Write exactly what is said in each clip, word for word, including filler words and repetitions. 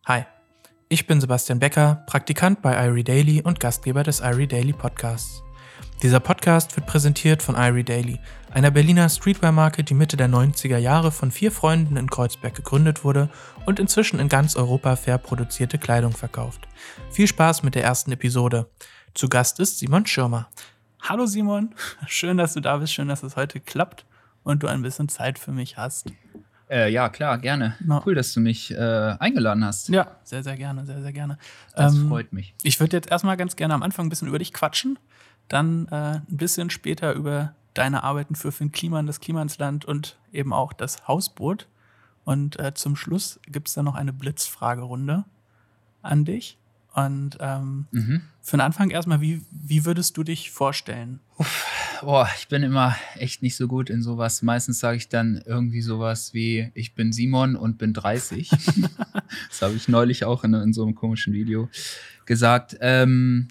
Hi, ich bin Sebastian Becker, Praktikant bei iRead Daily und Gastgeber des iRead Daily Podcasts. Dieser Podcast wird präsentiert von iRead Daily, einer Berliner Streetwear-Marke, die Mitte der neunziger Jahre von vier Freunden in Kreuzberg gegründet wurde und inzwischen in ganz Europa fair produzierte Kleidung verkauft. Viel Spaß mit der ersten Episode. Zu Gast ist Simon Schirmer. Hallo Simon, schön, dass du da bist, schön, dass es heute klappt und du ein bisschen Zeit für mich hast. Äh, ja, klar, gerne. No. Cool, dass du mich äh, eingeladen hast. Ja, sehr, sehr gerne, sehr, sehr gerne. Das ähm, freut mich. Ich würde jetzt erstmal ganz gerne am Anfang ein bisschen über dich quatschen, dann äh, ein bisschen später über deine Arbeiten für Finn Kliman, das Klimansland und eben auch das Hausboot. Und äh, zum Schluss gibt es dann noch eine Blitzfragerunde an dich. Und ähm, mhm. für den Anfang erstmal, wie, wie würdest du dich vorstellen? Uff, boah, ich bin immer echt nicht so gut in sowas. Meistens sage ich dann irgendwie sowas wie, ich bin Simon und bin dreißig. Das habe ich neulich auch in, in so einem komischen Video gesagt. Ähm,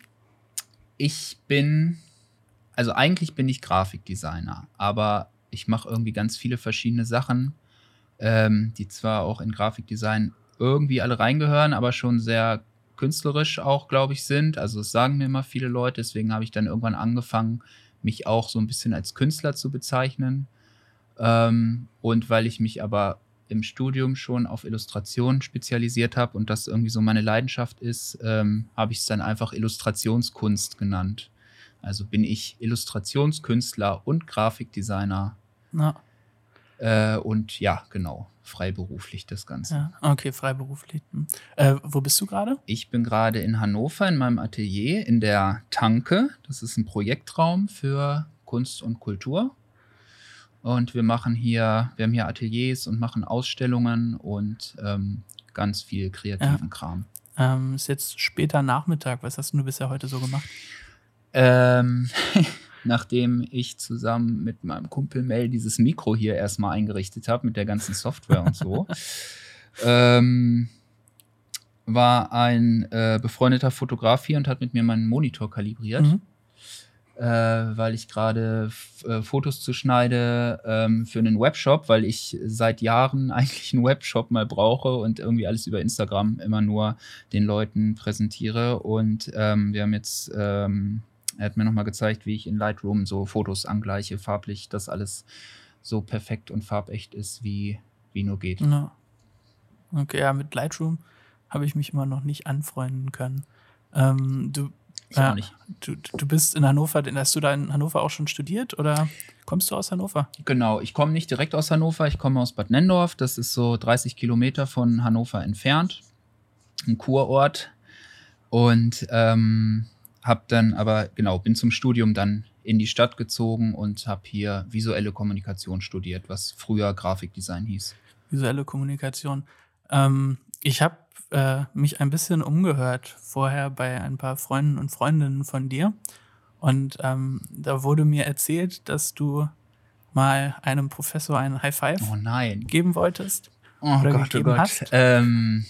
ich bin, also eigentlich bin ich Grafikdesigner, aber ich mache irgendwie ganz viele verschiedene Sachen, ähm, die zwar auch in Grafikdesign irgendwie alle reingehören, aber schon sehr künstlerisch auch, glaube ich, sind. Also das sagen mir immer viele Leute. Deswegen habe ich dann irgendwann angefangen, mich auch so ein bisschen als Künstler zu bezeichnen. Ähm, und weil ich mich aber im Studium schon auf Illustration spezialisiert habe und das irgendwie so meine Leidenschaft ist, ähm, habe ich es dann einfach Illustrationskunst genannt. Also bin ich Illustrationskünstler und Grafikdesigner. Ja. Äh, und ja, genau, freiberuflich das Ganze. Ja, okay, freiberuflich. Äh, wo bist du gerade? Ich bin gerade in Hannover in meinem Atelier in der Tanke. Das ist ein Projektraum für Kunst und Kultur. Und wir machen hier, wir haben hier Ateliers und machen Ausstellungen und ähm, ganz viel kreativen ja. Kram. Ähm, ist jetzt später Nachmittag. Was hast du bisher heute so gemacht? Ähm, nachdem ich zusammen mit meinem Kumpel Mel dieses Mikro hier erstmal eingerichtet habe, mit der ganzen Software und so, ähm, war ein äh, befreundeter Fotograf hier und hat mit mir meinen Monitor kalibriert, mhm. äh, weil ich gerade f- äh, Fotos zuschneide ähm, für einen Webshop, weil ich seit Jahren eigentlich einen Webshop mal brauche und irgendwie alles über Instagram immer nur den Leuten präsentiere. Und ähm, wir haben jetzt... Ähm, Er hat mir nochmal gezeigt, wie ich in Lightroom so Fotos angleiche, farblich, dass alles so perfekt und farbecht ist, wie, wie nur geht. No. Okay, ja, mit Lightroom habe ich mich immer noch nicht anfreunden können. Ähm, du, ich auch äh, nicht. Du, du bist in Hannover, hast du da in Hannover auch schon studiert oder kommst du aus Hannover? Genau, ich komme nicht direkt aus Hannover, ich komme aus Bad Nenndorf, das ist so dreißig Kilometer von Hannover entfernt, ein Kurort. Und ähm, hab dann aber, genau, bin zum Studium dann in die Stadt gezogen und habe hier visuelle Kommunikation studiert, was früher Grafikdesign hieß. Visuelle Kommunikation. Ähm, ich habe äh, mich ein bisschen umgehört vorher bei ein paar Freunden und Freundinnen von dir. Und ähm, da wurde mir erzählt, dass du mal einem Professor einen High Five oh nein. geben wolltest. Oh oder Gott, gegeben oh Gott. hast. Ähm...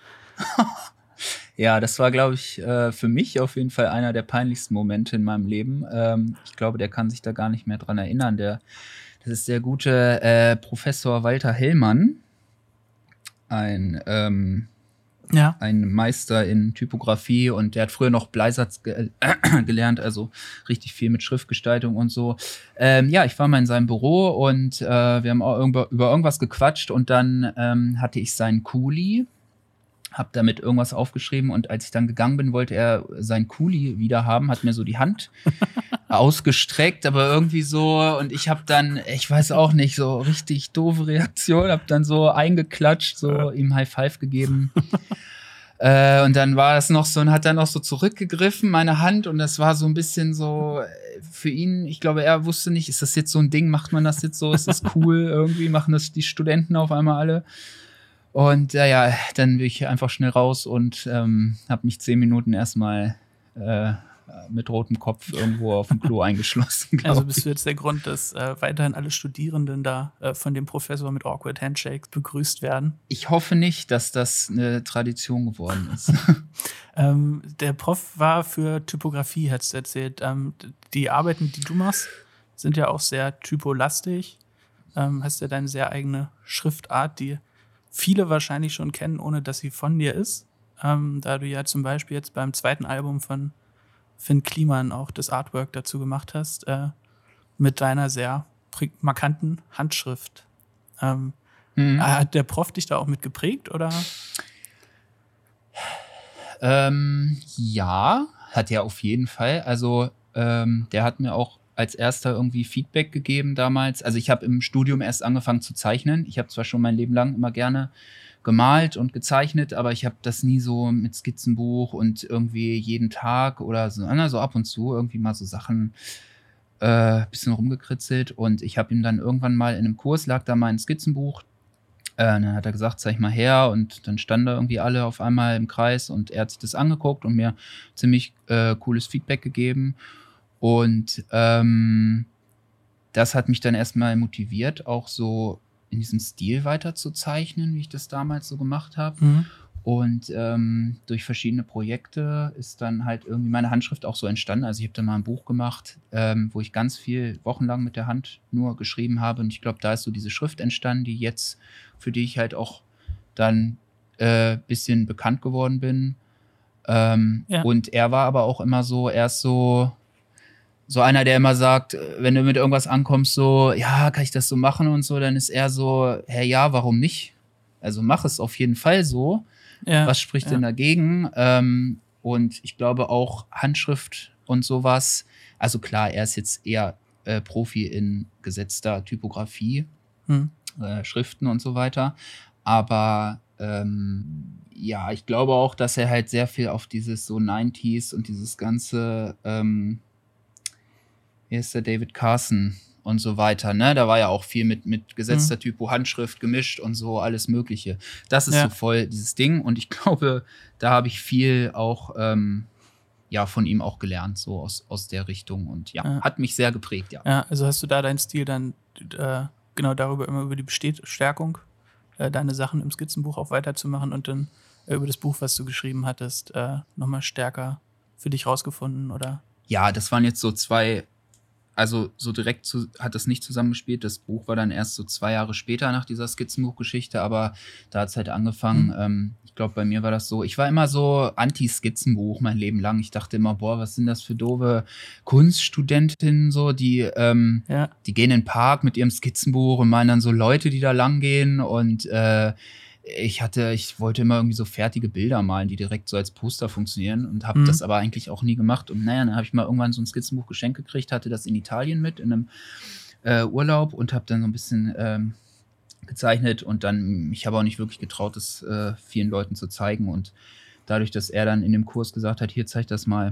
Ja, das war, glaube ich, äh, für mich auf jeden Fall einer der peinlichsten Momente in meinem Leben. Ähm, ich glaube, der kann sich da gar nicht mehr dran erinnern. Der, das ist der gute äh, Professor Walter Hellmann, ein, ähm, ja. ein Meister in Typografie, und der hat früher noch Bleisatz ge- äh, gelernt, also richtig viel mit Schriftgestaltung und so. Ähm, ja, ich war mal in seinem Büro und äh, wir haben auch über, über irgendwas gequatscht, und dann ähm, hatte ich seinen Kuli. Hab damit irgendwas aufgeschrieben, und als ich dann gegangen bin, wollte er sein Kuli wieder haben, hat mir so die Hand ausgestreckt, aber irgendwie so, und ich habe dann, ich weiß auch nicht, so richtig doofe Reaktion, hab dann so eingeklatscht, so ihm High Five gegeben. äh, und dann war das noch so, und hat dann noch so zurückgegriffen, meine Hand, und das war so ein bisschen so für ihn, ich glaube, er wusste nicht, ist das jetzt so ein Ding, macht man das jetzt so, ist das cool, irgendwie machen das die Studenten auf einmal alle. Und äh, ja, dann bin ich einfach schnell raus und ähm, habe mich zehn Minuten erstmal äh, mit rotem Kopf irgendwo auf dem Klo eingeschlossen. Also bist du jetzt der Grund, dass äh, weiterhin alle Studierenden da äh, von dem Professor mit Awkward Handshakes begrüßt werden? Ich hoffe nicht, dass das eine Tradition geworden ist. ähm, der Prof war für Typografie, hast du erzählt. Ähm, die Arbeiten, die du machst, sind ja auch sehr typolastig. Ähm, hast ja deine sehr eigene Schriftart, die viele wahrscheinlich schon kennen, ohne dass sie von dir ist. Ähm, da du ja zum Beispiel jetzt beim zweiten Album von Finn Kliman auch das Artwork dazu gemacht hast, äh, mit deiner sehr pr- markanten Handschrift. Ähm, Mhm. Hat der Prof dich da auch mit geprägt, oder? Ähm, ja, hat er auf jeden Fall. Also ähm, der hat mir auch als erster irgendwie Feedback gegeben damals. Also ich habe im Studium erst angefangen zu zeichnen. Ich habe zwar schon mein Leben lang immer gerne gemalt und gezeichnet, aber ich habe das nie so mit Skizzenbuch und irgendwie jeden Tag oder so, na, so ab und zu irgendwie mal so Sachen äh, bisschen rumgekritzelt. Und ich habe ihm dann irgendwann mal in einem Kurs, lag da mein Skizzenbuch. Äh, dann hat er gesagt, zeig mal her. Und dann standen da irgendwie alle auf einmal im Kreis und er hat sich das angeguckt und mir ziemlich äh, cooles Feedback gegeben. Und ähm, das hat mich dann erstmal motiviert, auch so in diesem Stil weiter zu zeichnen, wie ich das damals so gemacht habe. Mhm. Und ähm, durch verschiedene Projekte ist dann halt irgendwie meine Handschrift auch so entstanden. Also ich habe dann mal ein Buch gemacht, ähm, wo ich ganz viel wochenlang mit der Hand nur geschrieben habe. Und ich glaube, da ist so diese Schrift entstanden, die jetzt, für die ich halt auch dann äh, bisschen bekannt geworden bin. Ähm, Ja. Und er war aber auch immer so, er ist so, so einer, der immer sagt, äh, wenn du mit irgendwas ankommst, so, ja, kann ich das so machen und so, dann ist er so, hä, ja, warum nicht? Also mach es auf jeden Fall so. Ja, Was spricht ja. denn dagegen? Ähm, und ich glaube auch Handschrift und sowas. Also klar, er ist jetzt eher äh, Profi in gesetzter Typografie, Hm. äh, Schriften und so weiter. Aber ähm, ja, ich glaube auch, dass er halt sehr viel auf dieses so neunziger und dieses ganze, ähm, wie ist der David Carson und so weiter, ne? Da war ja auch viel mit, mit gesetzter Mhm. Typo, Handschrift gemischt und so, alles Mögliche. Das ist Ja. so voll dieses Ding und ich glaube, da habe ich viel auch ähm, ja, von ihm auch gelernt, so aus, aus der Richtung und ja, Ja. hat mich sehr geprägt, ja. Ja, also hast du da deinen Stil dann äh, genau darüber immer über die Bestärkung, äh, deine Sachen im Skizzenbuch auch weiterzumachen und dann äh, über das Buch, was du geschrieben hattest, äh, nochmal stärker für dich rausgefunden, oder? Ja, das waren jetzt so zwei, also so direkt zu, hat das nicht zusammengespielt. Das Buch war dann erst so zwei Jahre später nach dieser Skizzenbuchgeschichte, aber da hat es halt angefangen. Mhm. Ähm, ich glaube, bei mir war das so, ich war immer so Anti-Skizzenbuch mein Leben lang. Ich dachte immer, boah, was sind das für doofe Kunststudentinnen so, die, ähm, Ja. die gehen in den Park mit ihrem Skizzenbuch und meinen dann so Leute, die da lang gehen und äh, ich hatte, ich wollte immer irgendwie so fertige Bilder malen, die direkt so als Poster funktionieren und habe Mhm. das aber eigentlich auch nie gemacht. Und naja, dann habe ich mal irgendwann so ein Skizzenbuch geschenkt gekriegt, hatte das in Italien mit, in einem äh, Urlaub und habe dann so ein bisschen ähm, gezeichnet und dann, ich habe auch nicht wirklich getraut, das äh, vielen Leuten zu zeigen. Und dadurch, dass er dann in dem Kurs gesagt hat, hier, zeig das mal,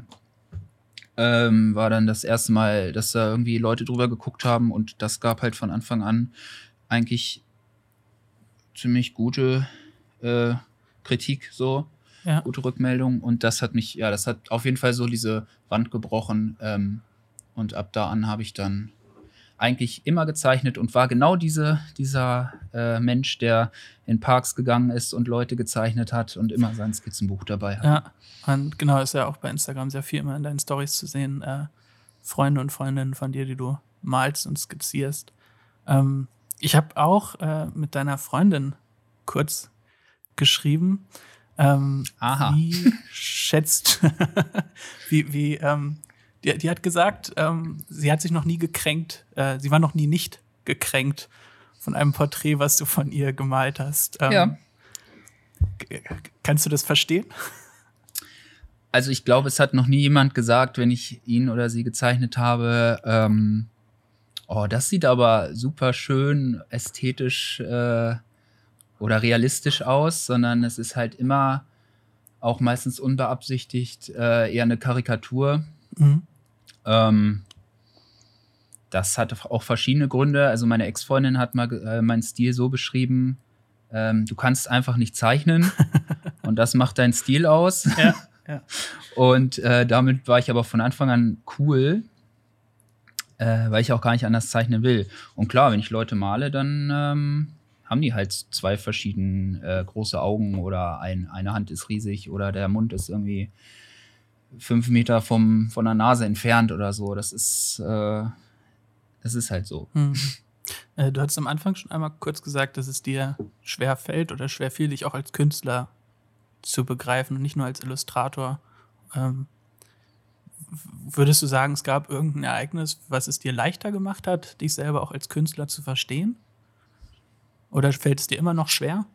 ähm, war dann das erste Mal, dass da irgendwie Leute drüber geguckt haben und das gab halt von Anfang an eigentlich ziemlich gute äh, Kritik, so, Ja. gute Rückmeldung und das hat mich, ja, das hat auf jeden Fall so diese Wand gebrochen ähm, und ab da an habe ich dann eigentlich immer gezeichnet und war genau diese, dieser äh, Mensch, der in Parks gegangen ist und Leute gezeichnet hat und immer sein Skizzenbuch dabei hat. Ja, und genau, ist ja auch bei Instagram sehr viel immer in deinen Stories zu sehen. Äh, Freunde und Freundinnen von dir, die du malst und skizzierst. Ähm, ich habe auch äh, mit deiner Freundin kurz geschrieben. Ähm, Aha. Wie schätzt, wie, wie, ähm, die, die hat gesagt, ähm, sie hat sich noch nie gekränkt, äh, sie war noch nie nicht gekränkt von einem Porträt, was du von ihr gemalt hast. Ähm, Ja. k- Kannst du das verstehen? Also ich glaube, es hat noch nie jemand gesagt, wenn ich ihn oder sie gezeichnet habe, ähm, oh, das sieht aber super schön ästhetisch äh, oder realistisch aus, sondern es ist halt immer auch meistens unbeabsichtigt äh, eher eine Karikatur. Mhm. Ähm, das hatte auch verschiedene Gründe. Also meine Ex-Freundin hat mal äh, meinen Stil so beschrieben, ähm, du kannst einfach nicht zeichnen und das macht deinen Stil aus. Ja, ja. Und äh, damit war ich aber von Anfang an cool, äh, weil ich auch gar nicht anders zeichnen will. Und klar, wenn ich Leute male, dann ähm, haben die halt zwei verschiedene äh, große Augen oder ein, eine Hand ist riesig oder der Mund ist irgendwie fünf Meter vom, von der Nase entfernt oder so. Das ist, äh, das ist halt so. Hm. Äh, du hattest am Anfang schon einmal kurz gesagt, dass es dir schwer fällt oder schwer fiel, dich auch als Künstler zu begreifen und nicht nur als Illustrator. Ähm, w- würdest du sagen, es gab irgendein Ereignis, was es dir leichter gemacht hat, dich selber auch als Künstler zu verstehen? Oder fällt es dir immer noch schwer?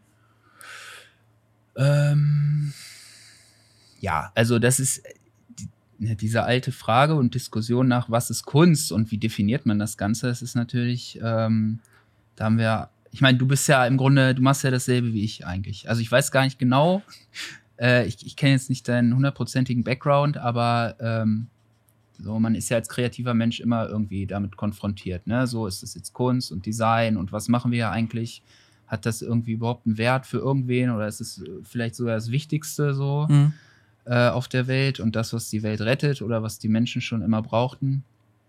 Ähm, ja, also das ist äh, die, ne, diese alte Frage und Diskussion nach, was ist Kunst und wie definiert man das Ganze, das ist natürlich, ähm, da haben wir, ich meine, du bist ja im Grunde, du machst ja dasselbe wie ich eigentlich. Also ich weiß gar nicht genau, äh, ich, ich kenne jetzt nicht deinen hundertprozentigen Background, aber ähm, so, man ist ja als kreativer Mensch immer irgendwie damit konfrontiert, ne? So, ist das jetzt Kunst und Design und was machen wir ja eigentlich? Hat das irgendwie überhaupt einen Wert für irgendwen oder ist es äh, vielleicht sogar das Wichtigste so Mhm. äh, auf der Welt und das, was die Welt rettet oder was die Menschen schon immer brauchten?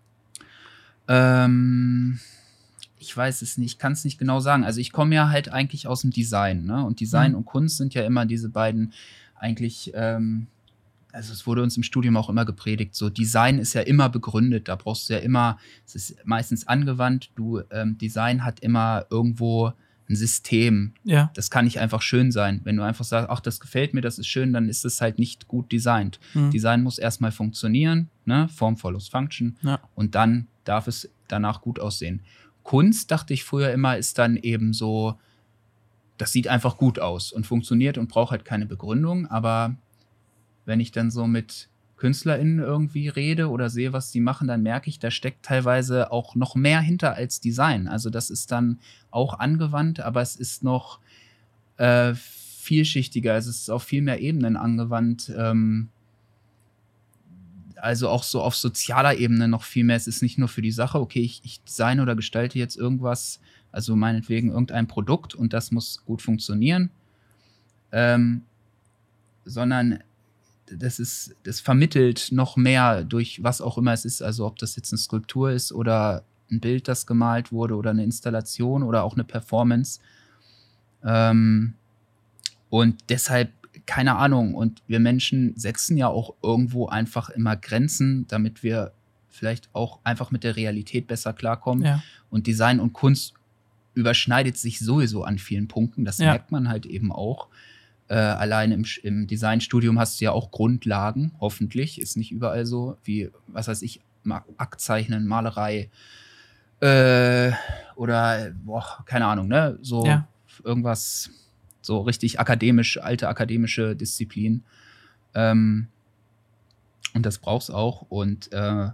Ähm, ich weiß es nicht, ich kann es nicht genau sagen. Also ich komme ja halt eigentlich aus dem Design, ne? Und Design Mhm. und Kunst sind ja immer diese beiden eigentlich, ähm, also es wurde uns im Studium auch immer gepredigt, so Design ist ja immer begründet, da brauchst du ja immer, es ist meistens angewandt, du, ähm, Design hat immer irgendwo ein System. Ja. Das kann nicht einfach schön sein. Wenn du einfach sagst, ach, das gefällt mir, das ist schön, dann ist es halt nicht gut designt. Mhm. Design muss erstmal funktionieren, ne? Form follows Function. Ja. Und dann darf es danach gut aussehen. Kunst, dachte ich früher immer, ist dann eben so, das sieht einfach gut aus und funktioniert und braucht halt keine Begründung. Aber wenn ich dann so mit KünstlerInnen irgendwie rede oder sehe, was die machen, dann merke ich, da steckt teilweise auch noch mehr hinter als Design. Also das ist dann auch angewandt, aber es ist noch äh, vielschichtiger. Also es ist auf viel mehr Ebenen angewandt. Ähm, also auch so auf sozialer Ebene noch viel mehr. Es ist nicht nur für die Sache, okay, ich, ich designe oder gestalte jetzt irgendwas, also meinetwegen irgendein Produkt und das muss gut funktionieren, ähm, sondern das ist, das vermittelt noch mehr durch was auch immer es ist, also ob das jetzt eine Skulptur ist oder ein Bild, das gemalt wurde oder eine Installation oder auch eine Performance. Ähm, und deshalb, keine Ahnung, und wir Menschen setzen ja auch irgendwo einfach immer Grenzen, damit wir vielleicht auch einfach mit der Realität besser klarkommen. Ja. Und Design und Kunst überschneidet sich sowieso an vielen Punkten, das Ja. merkt man halt eben auch. Äh, allein im, im Designstudium hast du ja auch Grundlagen, hoffentlich. Ist nicht überall so, wie, was weiß ich, Ma- Aktzeichnen, Malerei äh, oder, boah, keine Ahnung, ne? So Ja. irgendwas, so richtig akademisch, alte akademische Disziplin. Ähm, und das brauchst auch. Und äh,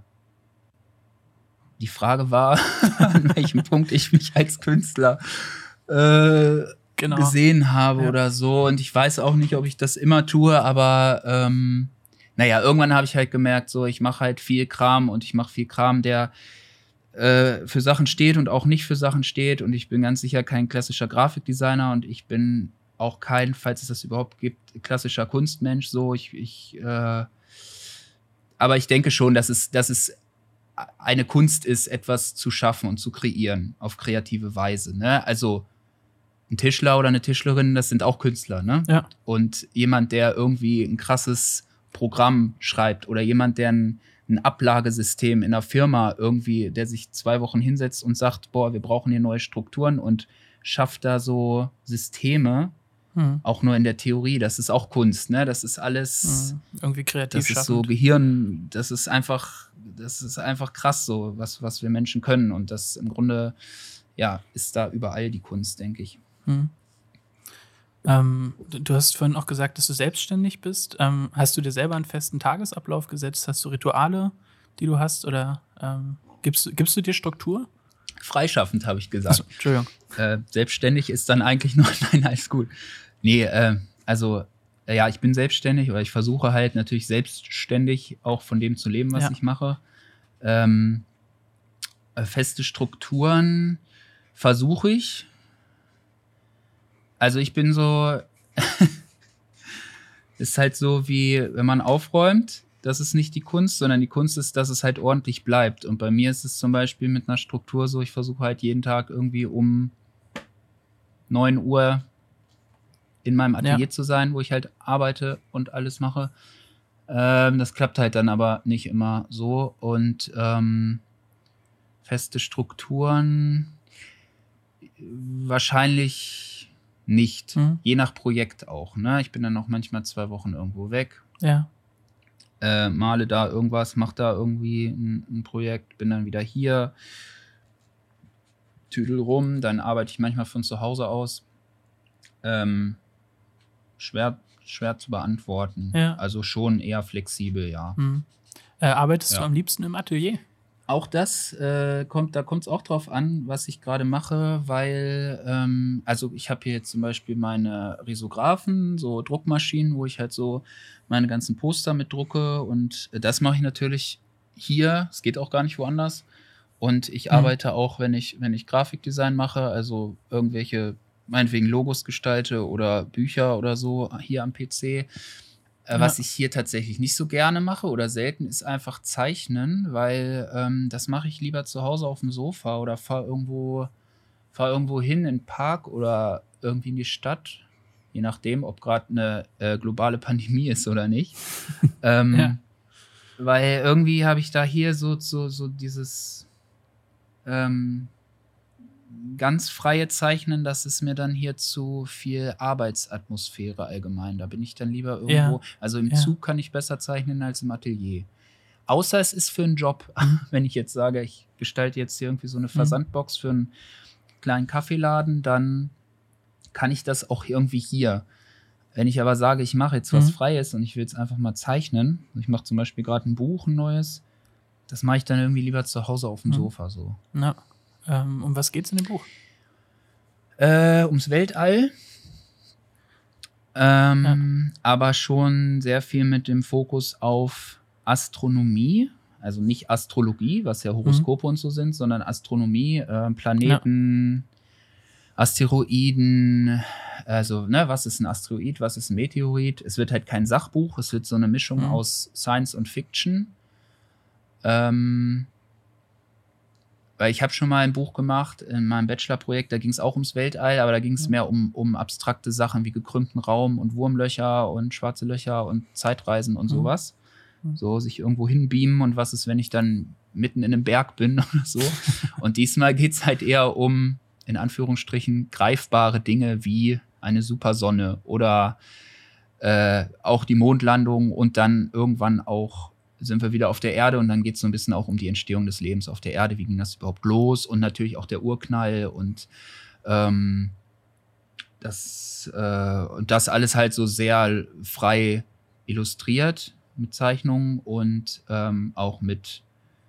die Frage war, an welchem Punkt ich mich als Künstler äh, Genau. gesehen habe Ja. oder so. Und ich weiß auch nicht, ob ich das immer tue, aber ähm, naja, irgendwann habe ich halt gemerkt, so ich mache halt viel Kram und ich mache viel Kram, der äh, für Sachen steht und auch nicht für Sachen steht. Und ich bin ganz sicher kein klassischer Grafikdesigner und ich bin auch kein, falls es das überhaupt gibt, klassischer Kunstmensch. So, ich, ich äh, aber ich denke schon, dass es, dass es eine Kunst ist, etwas zu schaffen und zu kreieren auf kreative Weise. Ne? Also ein Tischler oder eine Tischlerin, das sind auch Künstler. Ne? Ja. Und jemand, der irgendwie ein krasses Programm schreibt oder jemand, der ein, ein Ablagesystem in einer Firma irgendwie, der sich zwei Wochen hinsetzt und sagt, boah, wir brauchen hier neue Strukturen und schafft da so Systeme, Mhm. auch nur in der Theorie. Das ist auch Kunst. Ne? Das ist alles... Mhm. Irgendwie kreativ Das ist schaffend. so Gehirn, das ist einfach, das ist einfach krass so, was, was wir Menschen können. Und das im Grunde, ja, ist da überall die Kunst, denke ich. Mhm. Ähm, du du hast vorhin auch gesagt, dass du selbstständig bist. Ähm, hast du dir selber einen festen Tagesablauf gesetzt? Hast du Rituale, die du hast? Oder ähm, gibst, gibst du dir Struktur? Freischaffend, habe ich gesagt. Achso, Entschuldigung. Äh, selbstständig ist dann eigentlich nur, nein, alles gut. Nee, äh, also, äh, ja, ich bin selbstständig, oder ich versuche halt natürlich selbstständig auch von dem zu leben, was Ja. ich mache. Ähm, äh, feste Strukturen versuche ich. Also ich bin so, ist halt so wie, wenn man aufräumt, das ist nicht die Kunst, sondern die Kunst ist, dass es halt ordentlich bleibt. Und bei mir ist es zum Beispiel mit einer Struktur so, ich versuche halt jeden Tag irgendwie um neun Uhr in meinem Atelier Ja. zu sein, wo ich halt arbeite und alles mache. Ähm, das klappt halt dann aber nicht immer so. Und ähm, feste Strukturen, Wahrscheinlich nicht. Mhm. Je nach Projekt auch. Ne? Ich bin dann auch manchmal zwei Wochen irgendwo weg. Ja. Äh, male da irgendwas, mache da irgendwie ein, ein Projekt, bin dann wieder hier, tüdel rum, dann arbeite ich manchmal von zu Hause aus. Ähm, schwer, schwer zu beantworten. Ja. Also schon eher flexibel, ja. Mhm. Äh, arbeitest Ja. du am liebsten im Atelier? Auch das äh, kommt, da kommt es auch drauf an, was ich gerade mache, weil, ähm, also ich habe hier jetzt zum Beispiel meine Risographen, so Druckmaschinen, wo ich halt so meine ganzen Poster mit drucke und das mache ich natürlich hier, es geht auch gar nicht woanders. Und ich Mhm. arbeite auch, wenn ich, wenn ich Grafikdesign mache, also irgendwelche, meinetwegen Logos gestalte oder Bücher oder so hier am P C. Äh, Was Ja. ich hier tatsächlich nicht so gerne mache oder selten, ist einfach zeichnen, weil ähm, das mache ich lieber zu Hause auf dem Sofa oder fahre irgendwo, fahr irgendwo hin in den Park oder irgendwie in die Stadt, je nachdem, ob gerade eine äh, globale Pandemie ist oder nicht. ähm, Ja. Weil irgendwie habe ich da hier so, so, so dieses ähm, ganz freie Zeichnen, das ist mir dann hier zu viel Arbeitsatmosphäre allgemein. Da bin ich dann lieber irgendwo, Ja. also im Ja. Zug kann ich besser zeichnen als im Atelier. Außer es ist für einen Job. Mhm. Wenn ich jetzt sage, ich gestalte jetzt hier irgendwie so eine Mhm. Versandbox für einen kleinen Kaffeeladen, dann kann ich das auch irgendwie hier. Wenn ich aber sage, ich mache jetzt was Mhm. Freies und ich will jetzt einfach mal zeichnen, ich mache zum Beispiel gerade ein Buch, ein neues, das mache ich dann irgendwie lieber zu Hause auf dem Mhm. Sofa so. Ja. Ähm, um was geht's in dem Buch? Äh, ums Weltall. Ähm, aber schon sehr viel mit dem Fokus auf Astronomie. Also nicht Astrologie, was ja Horoskope und so sind, sondern Astronomie, äh, Planeten, Asteroiden. Also, ne, was ist ein Asteroid, was ist ein Meteorit? Es wird halt kein Sachbuch, es wird so eine Mischung Mhm. aus Science und Fiction. Ähm, Weil ich habe schon mal ein Buch gemacht in meinem Bachelorprojekt, da ging es auch ums Weltall, aber da ging es Mhm. mehr um, um abstrakte Sachen wie gekrümmten Raum und Wurmlöcher und schwarze Löcher und Zeitreisen und Mhm. sowas. Mhm. So sich irgendwo hinbeamen und was ist, wenn ich dann mitten in einem Berg bin oder so. Und diesmal geht es halt eher um, in Anführungsstrichen, greifbare Dinge wie eine Supersonne oder äh, auch die Mondlandung und dann irgendwann auch sind wir wieder auf der Erde und dann geht es so ein bisschen auch um die Entstehung des Lebens auf der Erde. Wie ging das überhaupt los? Und natürlich auch der Urknall und ähm, das, äh, und das alles halt so sehr frei illustriert mit Zeichnungen und ähm, auch mit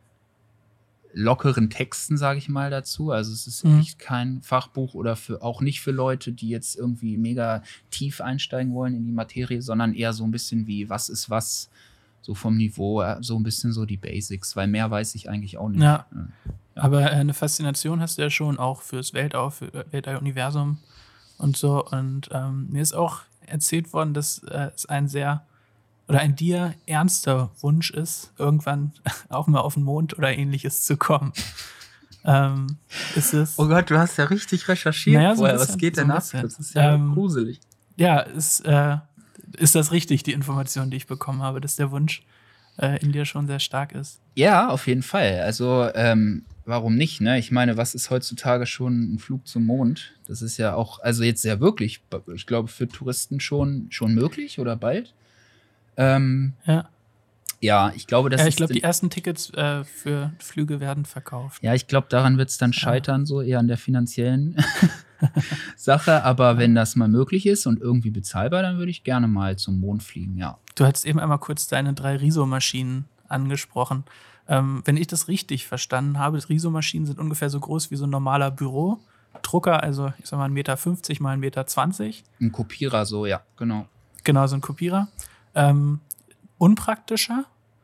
lockeren Texten, sage ich mal, dazu. Also es ist Mhm. echt kein Fachbuch oder für, auch nicht für Leute, die jetzt irgendwie mega tief einsteigen wollen in die Materie, sondern eher so ein bisschen wie, was ist was, so vom Niveau, äh, so ein bisschen so die Basics, weil mehr weiß ich eigentlich auch nicht. Ja. Ja. Aber äh, eine Faszination hast du ja schon auch fürs Weltall, für äh, Weltall-Universum und so. Und ähm, mir ist auch erzählt worden, dass äh, es ein sehr oder ein dir ernster Wunsch ist, irgendwann auch mal auf den Mond oder ähnliches zu kommen. ähm, ist es. Oh Gott, du hast ja richtig recherchiert Naja, so ein vorher. Was bisschen, geht so denn ein ab? bisschen. Das ist ja Ähm, gruselig. Ja, ist, äh, ist das richtig, die Information, die ich bekommen habe, dass der Wunsch äh, in dir schon sehr stark ist? Ja, auf jeden Fall. Also, ähm, warum nicht, ne? Ich meine, was ist heutzutage schon ein Flug zum Mond? Das ist ja auch, also jetzt ja wirklich, ich glaube, für Touristen schon, schon möglich oder bald. Ähm, Ja. ja, ich glaube, das Ja, ich ist glaube, die in- ersten Tickets äh, für Flüge werden verkauft. Ja, ich glaube, daran wird es dann scheitern, so eher an der finanziellen Sache. Aber wenn das mal möglich ist und irgendwie bezahlbar, dann würde ich gerne mal zum Mond fliegen, ja. Du hast eben einmal kurz deine drei Riso-Maschinen angesprochen. Ähm, wenn ich das richtig verstanden habe, Riso-Maschinen sind ungefähr so groß wie so ein normaler Bürodrucker, also ich sag mal ein Meter fünfzig mal ein Meter zwanzig. Ein Kopierer, so, ja, genau. Genau, so ein Kopierer. Ähm, unpraktischer.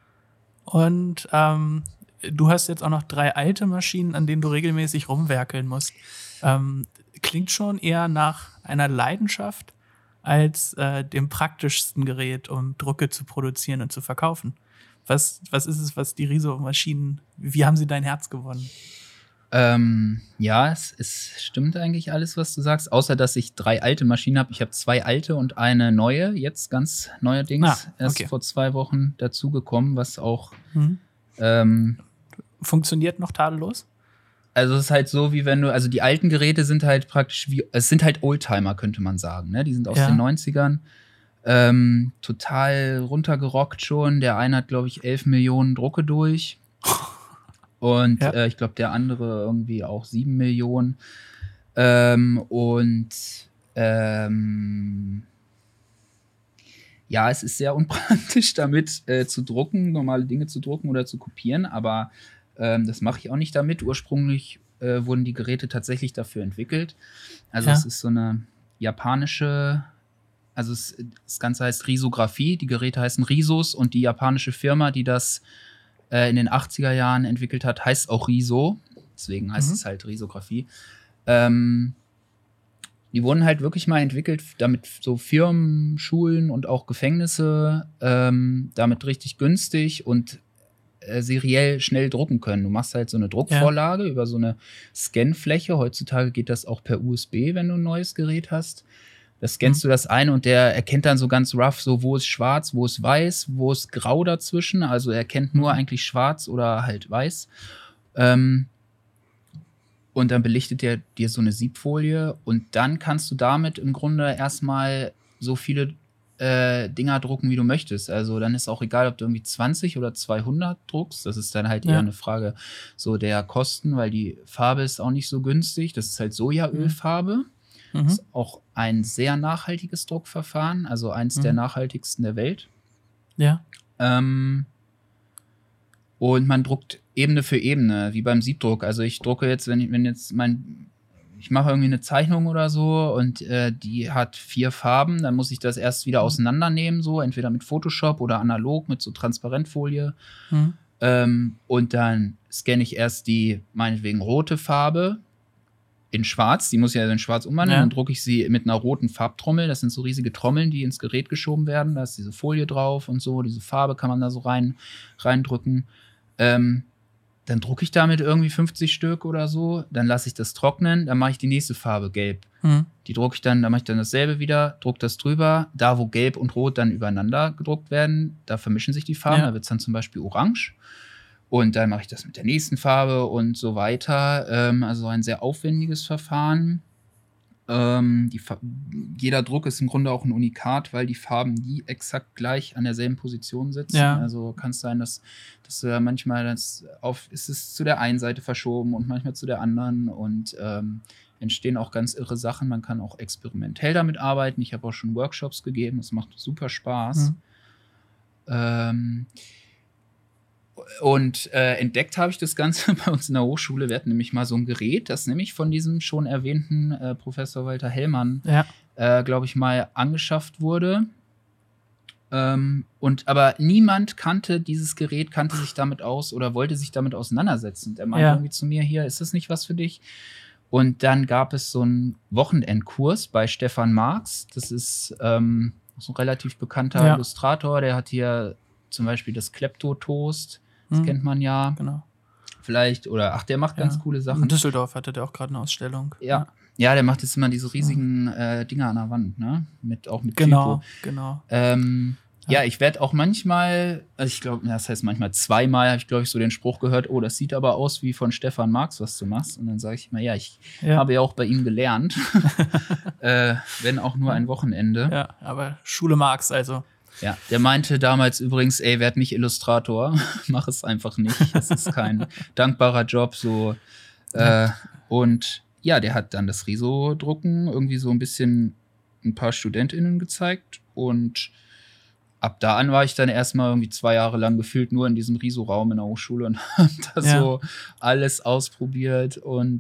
Und ähm, du hast jetzt auch noch drei alte Maschinen, an denen du regelmäßig rumwerkeln musst. Ähm, klingt schon eher nach einer Leidenschaft als äh, dem praktischsten Gerät, um Drucke zu produzieren und zu verkaufen. Was, was ist es, was die Riso-Maschinen, wie haben sie dein Herz gewonnen? Ähm, ja, es, es stimmt eigentlich alles, was du sagst, außer dass ich drei alte Maschinen habe. Ich habe zwei alte und eine neue, jetzt ganz neuerdings, Ah, erst okay. vor zwei Wochen dazugekommen, was auch Mhm. ähm, Funktioniert noch tadellos? Also es ist halt so, wie wenn du, also die alten Geräte sind halt praktisch wie, es sind halt Oldtimer, könnte man sagen, ne? Die sind aus Ja. den neunzigern. Ähm, total runtergerockt schon. Der eine hat, glaube ich, elf Millionen Drucke durch. Und Ja. äh, ich glaube, der andere irgendwie auch sieben Millionen. Ähm, und ähm, ja, es ist sehr unpraktisch damit äh, zu drucken, normale Dinge zu drucken oder zu kopieren, aber ähm, das mache ich auch nicht damit. Ursprünglich äh, wurden die Geräte tatsächlich dafür entwickelt. Also Ja. es ist so eine japanische, also es, das Ganze heißt Risographie, die Geräte heißen Risos und die japanische Firma, die das äh, in den achtziger Jahren entwickelt hat, heißt auch Riso. Deswegen heißt Mhm. es halt Risographie. Ähm, die wurden halt wirklich mal entwickelt, damit so Firmen, Schulen und auch Gefängnisse ähm, damit richtig günstig und äh, seriell schnell drucken können. Du machst halt so eine Druckvorlage über so eine Scanfläche. Heutzutage geht das auch per U S B, wenn du ein neues Gerät hast. Da scannst Mhm. du das ein und der erkennt dann so ganz rough, so wo ist schwarz, wo ist weiß, wo ist grau dazwischen. Also er kennt nur Mhm. eigentlich schwarz oder halt weiß. Ähm, und dann belichtet er dir so eine Siebfolie und dann kannst du damit im Grunde erstmal so viele äh, Dinger drucken, wie du möchtest. Also dann ist auch egal, ob du irgendwie zwanzig oder zweihundert druckst. Das ist dann halt eher Ja. eine Frage so der Kosten, weil die Farbe ist auch nicht so günstig. Das ist halt Sojaölfarbe. Mhm. Ist auch ein sehr nachhaltiges Druckverfahren, also eins Mhm. der nachhaltigsten der Welt. Ja. Ähm, und man druckt Ebene für Ebene, wie beim Siebdruck. Also ich drucke jetzt, wenn ich, wenn jetzt mein, ich mache irgendwie eine Zeichnung oder so und äh, die hat vier Farben, dann muss ich das erst wieder auseinandernehmen, so entweder mit Photoshop oder analog mit so Transparentfolie. Mhm. Ähm, und dann scanne ich erst die meinetwegen rote Farbe in schwarz, die muss ich ja in schwarz umwandeln, Ja. dann drucke ich sie mit einer roten Farbtrommel. Das sind so riesige Trommeln, die ins Gerät geschoben werden. Da ist diese Folie drauf und so, diese Farbe kann man da so rein reindrücken. Ähm, dann drucke ich damit irgendwie fünfzig Stück oder so, dann lasse ich das trocknen, dann mache ich die nächste Farbe gelb. Mhm. Die drucke ich dann, dann mache ich dann dasselbe wieder, druck das drüber. Da, wo gelb und rot dann übereinander gedruckt werden, da vermischen sich die Farben, Ja. da wird es dann zum Beispiel orange. Und dann mache ich das mit der nächsten Farbe und so weiter. Ähm, also ein sehr aufwendiges Verfahren. Ähm, die Fa- jeder Druck ist im Grunde auch ein Unikat, weil die Farben nie exakt gleich an derselben Position sitzen. Ja. Also kann es sein, dass, dass du da manchmal das auf, ist es zu der einen Seite verschoben und manchmal zu der anderen und ähm, entstehen auch ganz irre Sachen. Man kann auch experimentell damit arbeiten. Ich habe auch schon Workshops gegeben, das macht super Spaß. Mhm. Ähm, Und äh, entdeckt habe ich das Ganze bei uns in der Hochschule. Wir hatten nämlich mal so ein Gerät, das nämlich von diesem schon erwähnten äh, Professor Walter Hellmann, Ja. äh, glaube ich, mal angeschafft wurde. Ähm, und aber niemand kannte dieses Gerät, kannte sich damit aus oder wollte sich damit auseinandersetzen. Und er meinte Ja. irgendwie zu mir, hier, ist das nicht was für dich? Und dann gab es so einen Wochenendkurs bei Stefan Marx. Das ist ähm, so ein relativ bekannter Ja. Illustrator. Der hat hier zum Beispiel das Klepto-Toast. Das Mhm. kennt man ja Genau. vielleicht. Oder ach, der macht Ja. ganz coole In Sachen. Düsseldorf hatte der auch gerade eine Ausstellung. Ja. Ja, der macht jetzt immer diese riesigen äh, Dinger an der Wand, ne? Mit, auch mit Genau, Typo. genau. Ähm, ja. Ja. ich werde auch manchmal, also ich glaube, das heißt manchmal zweimal, habe ich, glaube ich, so den Spruch gehört, oh, das sieht aber aus wie von Stefan Marx, was du machst. Und dann sage ich immer, ja, ich Ja. habe ja auch bei ihm gelernt. äh, wenn auch nur ein Wochenende. Ja, aber Schule Marx, also. Ja, der meinte damals übrigens, ey, werd nicht Illustrator, mach es einfach nicht. Es ist kein dankbarer Job, so. Äh, und ja, der hat dann das Riso-Drucken irgendwie so ein bisschen ein paar StudentInnen gezeigt und ab da an war ich dann erstmal irgendwie zwei Jahre lang gefühlt nur in diesem Riso-Raum in der Hochschule und hab da Ja. so alles ausprobiert und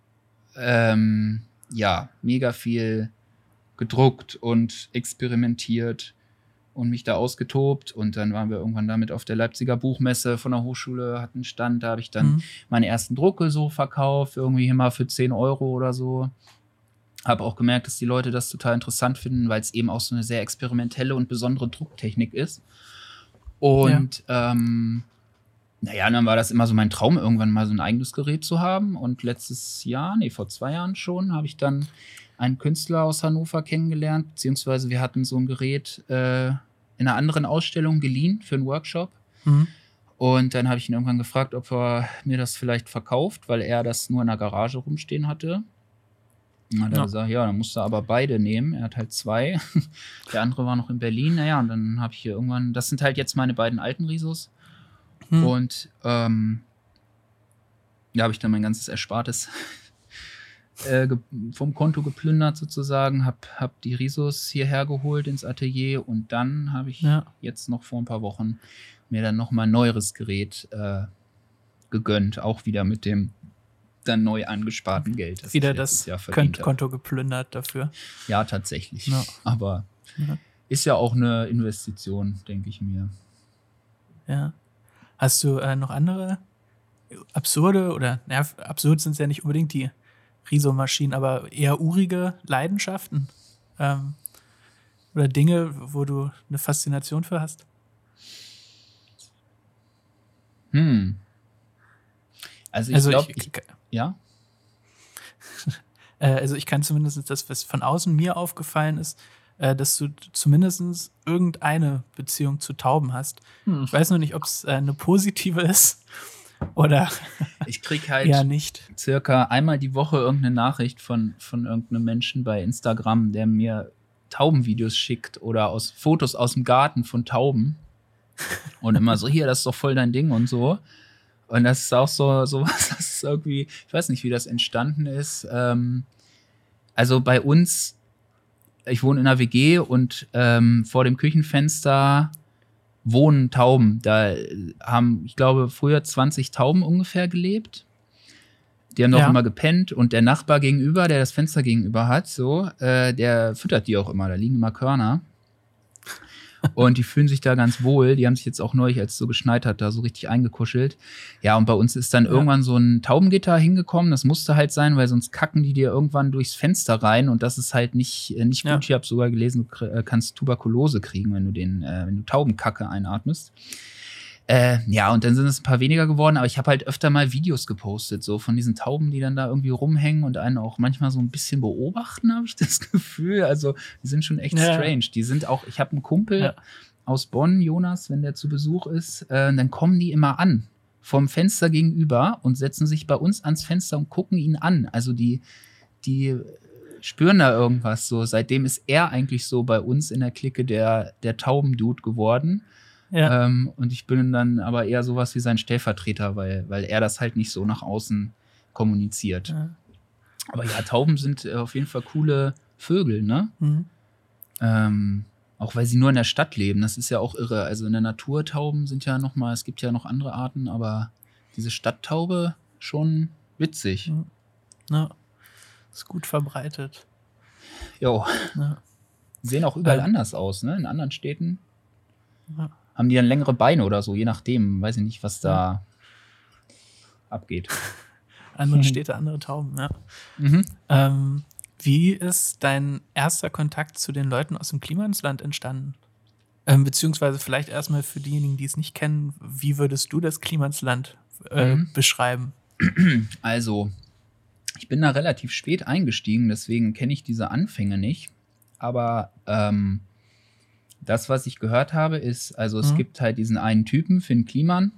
ähm, ja, mega viel gedruckt und experimentiert und mich da ausgetobt. Und dann waren wir irgendwann damit auf der Leipziger Buchmesse von der Hochschule, hatten einen Stand, da habe ich dann Mhm. meine ersten Drucke so verkauft, irgendwie immer für zehn Euro oder so. Habe auch gemerkt, dass die Leute das total interessant finden, weil es eben auch so eine sehr experimentelle und besondere Drucktechnik ist. Und ähm, naja, dann war das immer so mein Traum, irgendwann mal so ein eigenes Gerät zu haben. Und letztes Jahr, nee, vor zwei Jahren schon, habe ich dann einen Künstler aus Hannover kennengelernt, beziehungsweise wir hatten so ein Gerät äh, in einer anderen Ausstellung geliehen für einen Workshop. Mhm. Und dann habe ich ihn irgendwann gefragt, ob er mir das vielleicht verkauft, weil er das nur in der Garage rumstehen hatte. Dann hat er Ja. gesagt, ja, dann musst du aber beide nehmen. Er hat halt zwei. Der andere war noch in Berlin. Naja, und dann habe ich hier irgendwann, das sind halt jetzt meine beiden alten Risos. Hm. Und ähm, da habe ich dann mein ganzes Erspartes äh, ge- vom Konto geplündert sozusagen, hab, hab die Risos hierher geholt ins Atelier und dann habe ich Ja. jetzt noch vor ein paar Wochen mir dann noch mal ein neueres Gerät äh, gegönnt, auch wieder mit dem dann neu angesparten Geld, das Wieder ich letztes das Jahr verdient Kont- habe. Konto geplündert dafür. Ja, tatsächlich. Ja. Aber Ja. ist ja auch eine Investition, denke ich mir. Ja. Hast du äh, noch andere absurde oder, naja, absurd sind es ja nicht unbedingt die Riso-Maschinen, aber eher urige Leidenschaften? Ähm, oder Dinge, wo du eine Faszination für hast? Hm. Also ich Also glaube, ich, ich, ja, Äh, also ich kann zumindest das, was von außen mir aufgefallen ist, äh, dass du zumindest irgendeine Beziehung zu Tauben hast. Hm. Ich weiß nur nicht, ob es äh, eine positive ist oder ich krieg halt eher nicht. circa einmal die Woche irgendeine Nachricht von, von irgendeinem Menschen bei Instagram, der mir Taubenvideos schickt oder aus Fotos aus dem Garten von Tauben. Und immer so, hier, das ist doch voll dein Ding und so. Und das ist auch so, so was, das ist irgendwie, ich weiß nicht, wie das entstanden ist. Ähm, also bei uns, ich wohne in einer W G und ähm, vor dem Küchenfenster wohnen Tauben. Da haben, ich glaube, früher zwanzig Tauben ungefähr gelebt. Die haben noch Ja. immer gepennt und der Nachbar gegenüber, der das Fenster gegenüber hat, so, äh, der füttert die auch immer, da liegen immer Körner. Und die fühlen sich da ganz wohl. Die haben sich jetzt auch neulich, als es so geschneit hat, da so richtig eingekuschelt. Ja, und bei uns ist dann Ja. irgendwann so ein Taubengitter hingekommen. Das musste halt sein, weil sonst kacken die dir irgendwann durchs Fenster rein. Und das ist halt nicht, äh, nicht gut. Ja. Ich habe sogar gelesen, du kr- äh, kannst Tuberkulose kriegen, wenn du den, äh, wenn du Taubenkacke einatmest. Äh, ja, und dann sind es ein paar weniger geworden, aber ich habe halt öfter mal Videos gepostet, so von diesen Tauben, die dann da irgendwie rumhängen und einen auch manchmal so ein bisschen beobachten, habe ich das Gefühl. Also, die sind schon echt Ja. strange. Die sind auch, ich habe einen Kumpel Ja. aus Bonn, Jonas, wenn der zu Besuch ist, äh, dann kommen die immer an vom Fenster gegenüber und setzen sich bei uns ans Fenster und gucken ihn an. Also die, die spüren da irgendwas so. Seitdem ist er eigentlich so bei uns in der Clique der, der Taubendude geworden. Ja. Ähm, und ich bin dann aber eher sowas wie sein Stellvertreter, weil, weil er das halt nicht so nach außen kommuniziert. Ja. Aber ja, Tauben sind äh, auf jeden Fall coole Vögel, ne? Mhm. Ähm, auch weil sie nur in der Stadt leben. Das ist ja auch irre. Also in der Natur Tauben sind ja noch mal, es gibt ja noch andere Arten, aber diese Stadttaube schon witzig. Mhm. Ja. Ist gut verbreitet. Jo, Ja. sehen auch überall Ähm. anders aus, ne? In anderen Städten Ja. haben die dann längere Beine oder so, je nachdem. Weiß ich nicht, was da abgeht. Andere Städte, andere Tauben, ja. Mhm. Ähm, wie ist dein erster Kontakt zu den Leuten aus dem Klimansland entstanden? Ähm, beziehungsweise vielleicht erstmal für diejenigen, die es nicht kennen, wie würdest du das Klimansland äh, Mhm. beschreiben? Also, ich bin da relativ spät eingestiegen, deswegen kenne ich diese Anfänge nicht. Aber ähm, das, was ich gehört habe, ist, also es Mhm. gibt halt diesen einen Typen, Finn Kliman.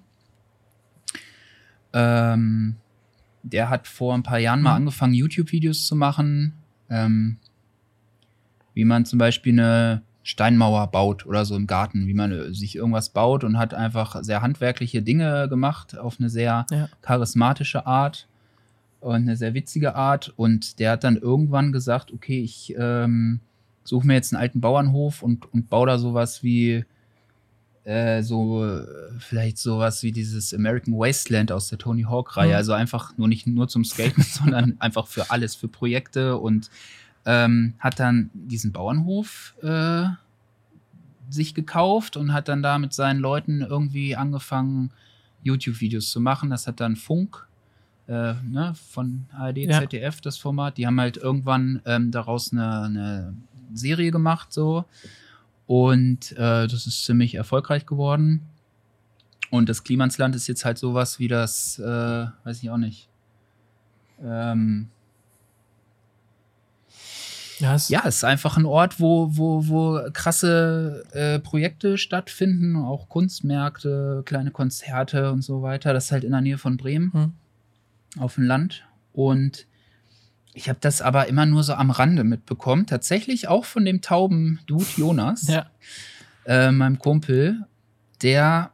Ähm, der hat vor ein paar Jahren mal Mhm. angefangen, YouTube-Videos zu machen, ähm, wie man zum Beispiel eine Steinmauer baut oder so im Garten, wie man äh, sich irgendwas baut und hat einfach sehr handwerkliche Dinge gemacht auf eine sehr Ja. charismatische Art und eine sehr witzige Art. Und der hat dann irgendwann gesagt, okay, ich ähm, suche mir jetzt einen alten Bauernhof und, und baue da sowas wie äh, so, äh, vielleicht sowas wie dieses American Wasteland aus der Tony Hawk-Reihe. Mhm. Also einfach nur nicht nur zum Skaten, sondern einfach für alles, für Projekte und ähm, hat dann diesen Bauernhof äh, sich gekauft und hat dann da mit seinen Leuten irgendwie angefangen, YouTube-Videos zu machen. Das hat dann Funk, äh, ne, von A R D, Ja. Z D F, das Format. Die haben halt irgendwann ähm, daraus eine, eine Serie gemacht, so. Und äh, das ist ziemlich erfolgreich geworden. Und das Klimansland ist jetzt halt sowas wie das, äh, weiß ich auch nicht. Ähm, Ja, es ja, es ist einfach ein Ort, wo, wo, wo krasse äh, Projekte stattfinden, auch Kunstmärkte, kleine Konzerte und so weiter. Das ist halt in der Nähe von Bremen, hm. auf dem Land. Und ich habe das aber immer nur so am Rande mitbekommen. Tatsächlich auch von dem tauben Dude Jonas, Ja. äh, meinem Kumpel. Der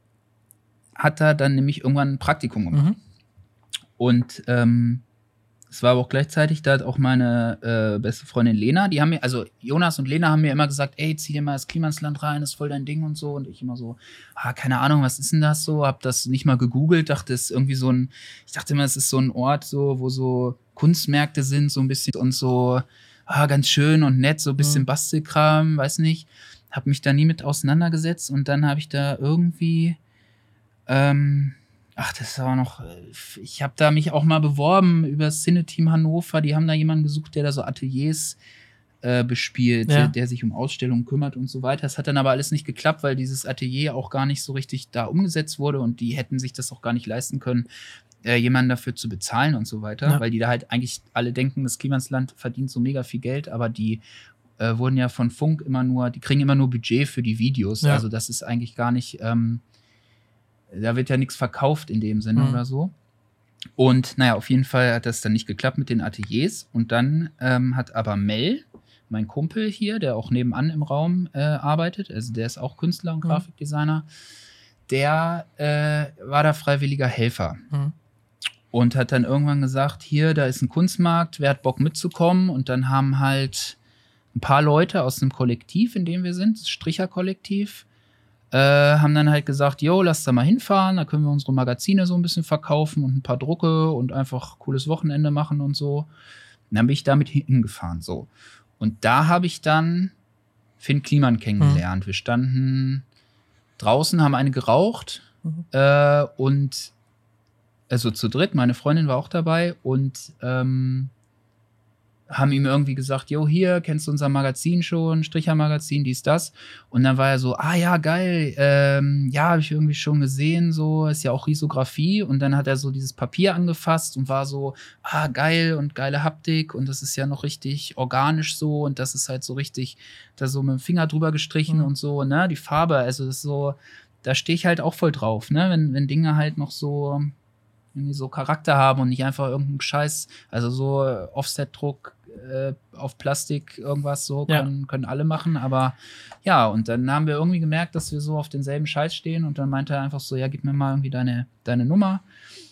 hat da dann nämlich irgendwann ein Praktikum gemacht. Mhm. Und ähm, es war aber auch gleichzeitig, da hat auch meine äh, beste Freundin Lena, die haben mir, also Jonas und Lena haben mir immer gesagt, ey, zieh dir mal das Klimansland rein, das ist voll dein Ding und so. Und ich immer so, ah, keine Ahnung, was ist denn das so? Hab das nicht mal gegoogelt, dachte, es ist irgendwie so ein, ich dachte immer, es ist so ein Ort, so, wo so Kunstmärkte sind, so ein bisschen und so, ah, ganz schön und nett, so ein bisschen Mhm. Bastelkram, weiß nicht. Hab mich da nie mit auseinandergesetzt und dann habe ich da irgendwie, ähm, ach, das war noch, ich habe da mich auch mal beworben über das Cine-Team Hannover. Die haben da jemanden gesucht, der da so Ateliers äh, bespielt, Ja. der, der sich um Ausstellungen kümmert und so weiter. Das hat dann aber alles nicht geklappt, weil dieses Atelier auch gar nicht so richtig da umgesetzt wurde und die hätten sich das auch gar nicht leisten können, äh, jemanden dafür zu bezahlen und so weiter, Ja. weil die da halt eigentlich alle denken, das Klimansland verdient so mega viel Geld, aber die äh, wurden ja von Funk immer nur, die kriegen immer nur Budget für die Videos. Ja. Also das ist eigentlich gar nicht, ähm, da wird ja nichts verkauft in dem Sinne Mhm. oder so. Und naja, auf jeden Fall hat das dann nicht geklappt mit den Ateliers. Und dann ähm, hat aber Mel, mein Kumpel hier, der auch nebenan im Raum äh, arbeitet, also der ist auch Künstler und Mhm. Grafikdesigner, der äh, war da freiwilliger Helfer. Mhm. Und hat dann irgendwann gesagt, hier, da ist ein Kunstmarkt, wer hat Bock mitzukommen? Und dann haben halt ein paar Leute aus dem Kollektiv, in dem wir sind, das Stricher-Kollektiv, äh, haben dann halt gesagt, jo, lass da mal hinfahren, da können wir unsere Magazine so ein bisschen verkaufen und ein paar Drucke und einfach cooles Wochenende machen und so. Und dann bin ich damit hingefahren, so. Und da habe ich dann Finn Kliman kennengelernt. Wir standen draußen, haben eine geraucht Mhm. äh, und also zu dritt, meine Freundin war auch dabei und ähm, haben ihm irgendwie gesagt, jo, hier, kennst du unser Magazin schon, Stricher-Magazin, dies, das. Und dann war er so, ah ja, geil, ähm, ja, habe ich irgendwie schon gesehen, so, ist ja auch Risografie. Und dann hat er so dieses Papier angefasst und war so, ah, geil und geile Haptik und das ist ja noch richtig organisch so und das ist halt so richtig, da so mit dem Finger drüber gestrichen Mhm. und so, ne, die Farbe, also das ist so, da stehe ich halt auch voll drauf, ne, wenn, wenn Dinge halt noch so irgendwie so Charakter haben und nicht einfach irgendein Scheiß, also so äh, Offset-Druck äh, auf Plastik, irgendwas so, Ja. können, können alle machen, aber ja, und dann haben wir irgendwie gemerkt, dass wir so auf denselben Scheiß stehen und dann meinte er einfach so, ja, gib mir mal irgendwie deine, deine Nummer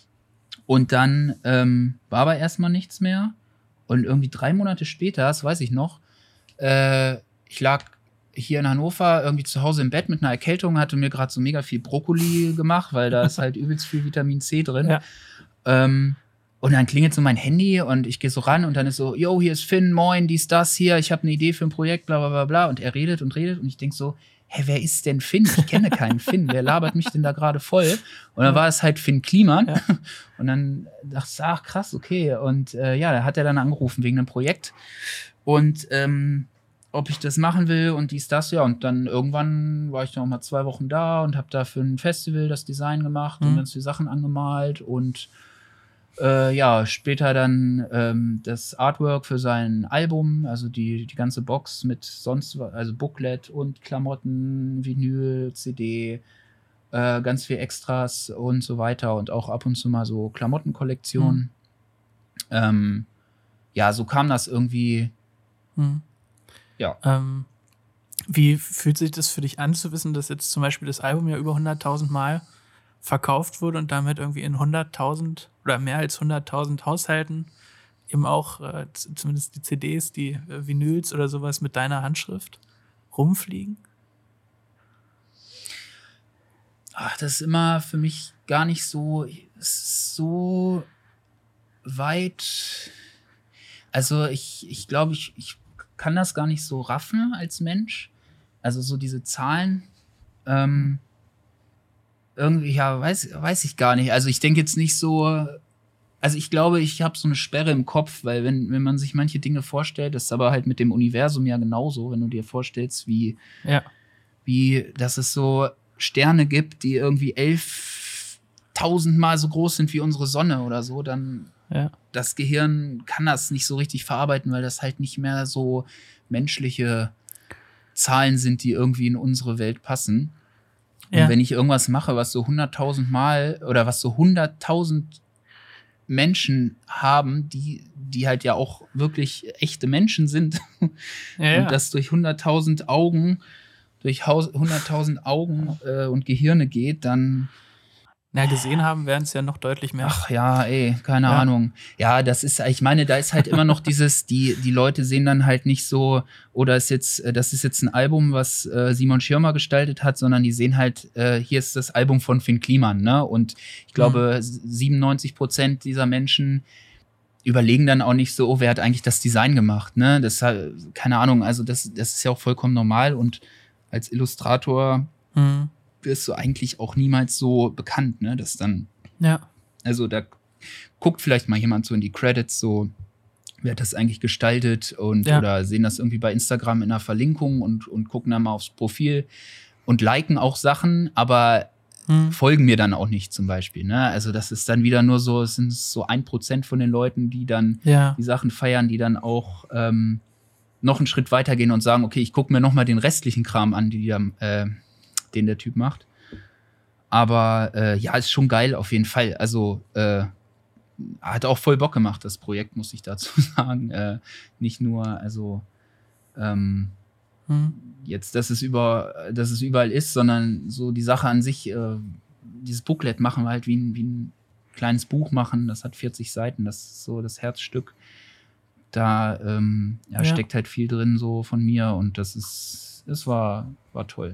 und dann ähm, war aber erstmal nichts mehr und irgendwie drei Monate später, das weiß ich noch, äh, ich lag hier in Hannover irgendwie zu Hause im Bett mit einer Erkältung, hatte mir gerade so mega viel Brokkoli gemacht, weil da ist halt übelst viel Vitamin C drin. Ja. Ähm, und dann klingelt so mein Handy und ich gehe so ran und dann ist so, yo, hier ist Finn, moin, dies, das hier, ich habe eine Idee für ein Projekt, bla bla bla bla. Und er redet und redet und ich denk so, hä, wer ist denn Finn? Ich kenne keinen Finn, wer labert mich denn da gerade voll? Und dann war es halt Finn Kliman. Ja. Und dann dachte ich, ach krass, okay. Und äh, ja, da hat er dann angerufen wegen einem Projekt. Und ähm, ob ich das machen will und dies, das, ja. Und dann irgendwann war ich noch mal zwei Wochen da und habe da für ein Festival das Design gemacht Mhm. und ganz viele Sachen angemalt und äh, ja, später dann ähm, das Artwork für sein Album, also die, die ganze Box mit sonst, wa- also Booklet und Klamotten, Vinyl, C D, äh, ganz viel Extras und so weiter und auch ab und zu mal so Klamottenkollektionen. Ähm, ja, so kam das irgendwie. Mhm. Ja. Ähm, wie fühlt sich das für dich an, zu wissen, dass jetzt zum Beispiel das Album ja über hunderttausend Mal verkauft wurde und damit irgendwie in hunderttausend oder mehr als hunderttausend Haushalten eben auch äh, z- zumindest die C Ds, die äh, Vinyls oder sowas mit deiner Handschrift rumfliegen? Ach, das ist immer für mich gar nicht so, so weit. Also ich, ich glaube, ich, ich kann das gar nicht so raffen als Mensch. Also so diese Zahlen, ähm, irgendwie, ja, weiß, weiß ich gar nicht. Also ich denke jetzt nicht so, also ich glaube, ich habe so eine Sperre im Kopf, weil wenn, wenn man sich manche Dinge vorstellt, das ist aber halt mit dem Universum ja genauso, wenn du dir vorstellst, wie, Ja. wie, dass es so Sterne gibt, die irgendwie elftausend Mal so groß sind wie unsere Sonne oder so, dann Ja. Das Gehirn kann das nicht so richtig verarbeiten, weil das halt nicht mehr so menschliche Zahlen sind, die irgendwie in unsere Welt passen. Und Ja. wenn ich irgendwas mache, was so hunderttausend Mal oder was so hunderttausend Menschen haben, die, die halt ja auch wirklich echte Menschen sind, Ja, ja. und das durch hunderttausend Augen, durch hunderttausend Augen äh, und Gehirne geht, dann Na, gesehen haben werden es ja noch deutlich mehr. Ach ja, ey, keine Ja. Ahnung. Ja, das ist, ich meine, da ist halt immer noch dieses, die, die Leute sehen dann halt nicht so, oder ist jetzt, äh, das ist jetzt ein Album, was äh, Simon Schirmer gestaltet hat, sondern die sehen halt, äh, hier ist das Album von Finn Kliman, ne? Und ich glaube, Mhm. siebenundneunzig Prozent dieser Menschen überlegen dann auch nicht so, oh, wer hat eigentlich das Design gemacht, ne? Das, äh, keine Ahnung, also das, das ist ja auch vollkommen normal, und als Illustrator Mhm. wirst du eigentlich auch niemals so bekannt, ne? Das dann, Ja. also da guckt vielleicht mal jemand so in die Credits, so, wer hat das eigentlich gestaltet, und Ja. oder sehen das irgendwie bei Instagram in einer Verlinkung und, und gucken dann mal aufs Profil und liken auch Sachen, aber Mhm. folgen mir dann auch nicht zum Beispiel, ne? Also das ist dann wieder nur so, es sind so ein Prozent von den Leuten, die dann Ja. die Sachen feiern, die dann auch ähm, noch einen Schritt weiter gehen und sagen, okay, ich gucke mir noch mal den restlichen Kram an, die, die äh, den der Typ macht. Aber äh, ja, ist schon geil auf jeden Fall. Also äh, hat auch voll Bock gemacht, das Projekt, muss ich dazu sagen. Äh, nicht nur, also ähm, Mhm. jetzt, dass es über, dass es überall ist, sondern so die Sache an sich, äh, dieses Booklet machen wir halt wie ein, wie ein kleines Buch machen. Das hat vierzig Seiten, das ist so das Herzstück. Da ähm, ja, Ja. steckt halt viel drin so von mir, und das ist, es war, war toll.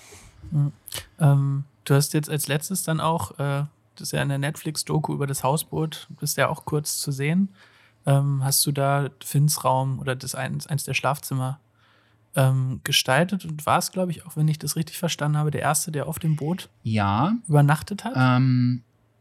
Ähm, du hast jetzt als letztes dann auch, äh, das ist ja eine Netflix-Doku über das Hausboot, bist ja auch kurz zu sehen. Ähm, hast du da Finns Raum oder das eins, eins der Schlafzimmer ähm, gestaltet und war es, glaube ich, auch wenn ich das richtig verstanden habe, der Erste, der auf dem Boot Ja, übernachtet hat? ähm,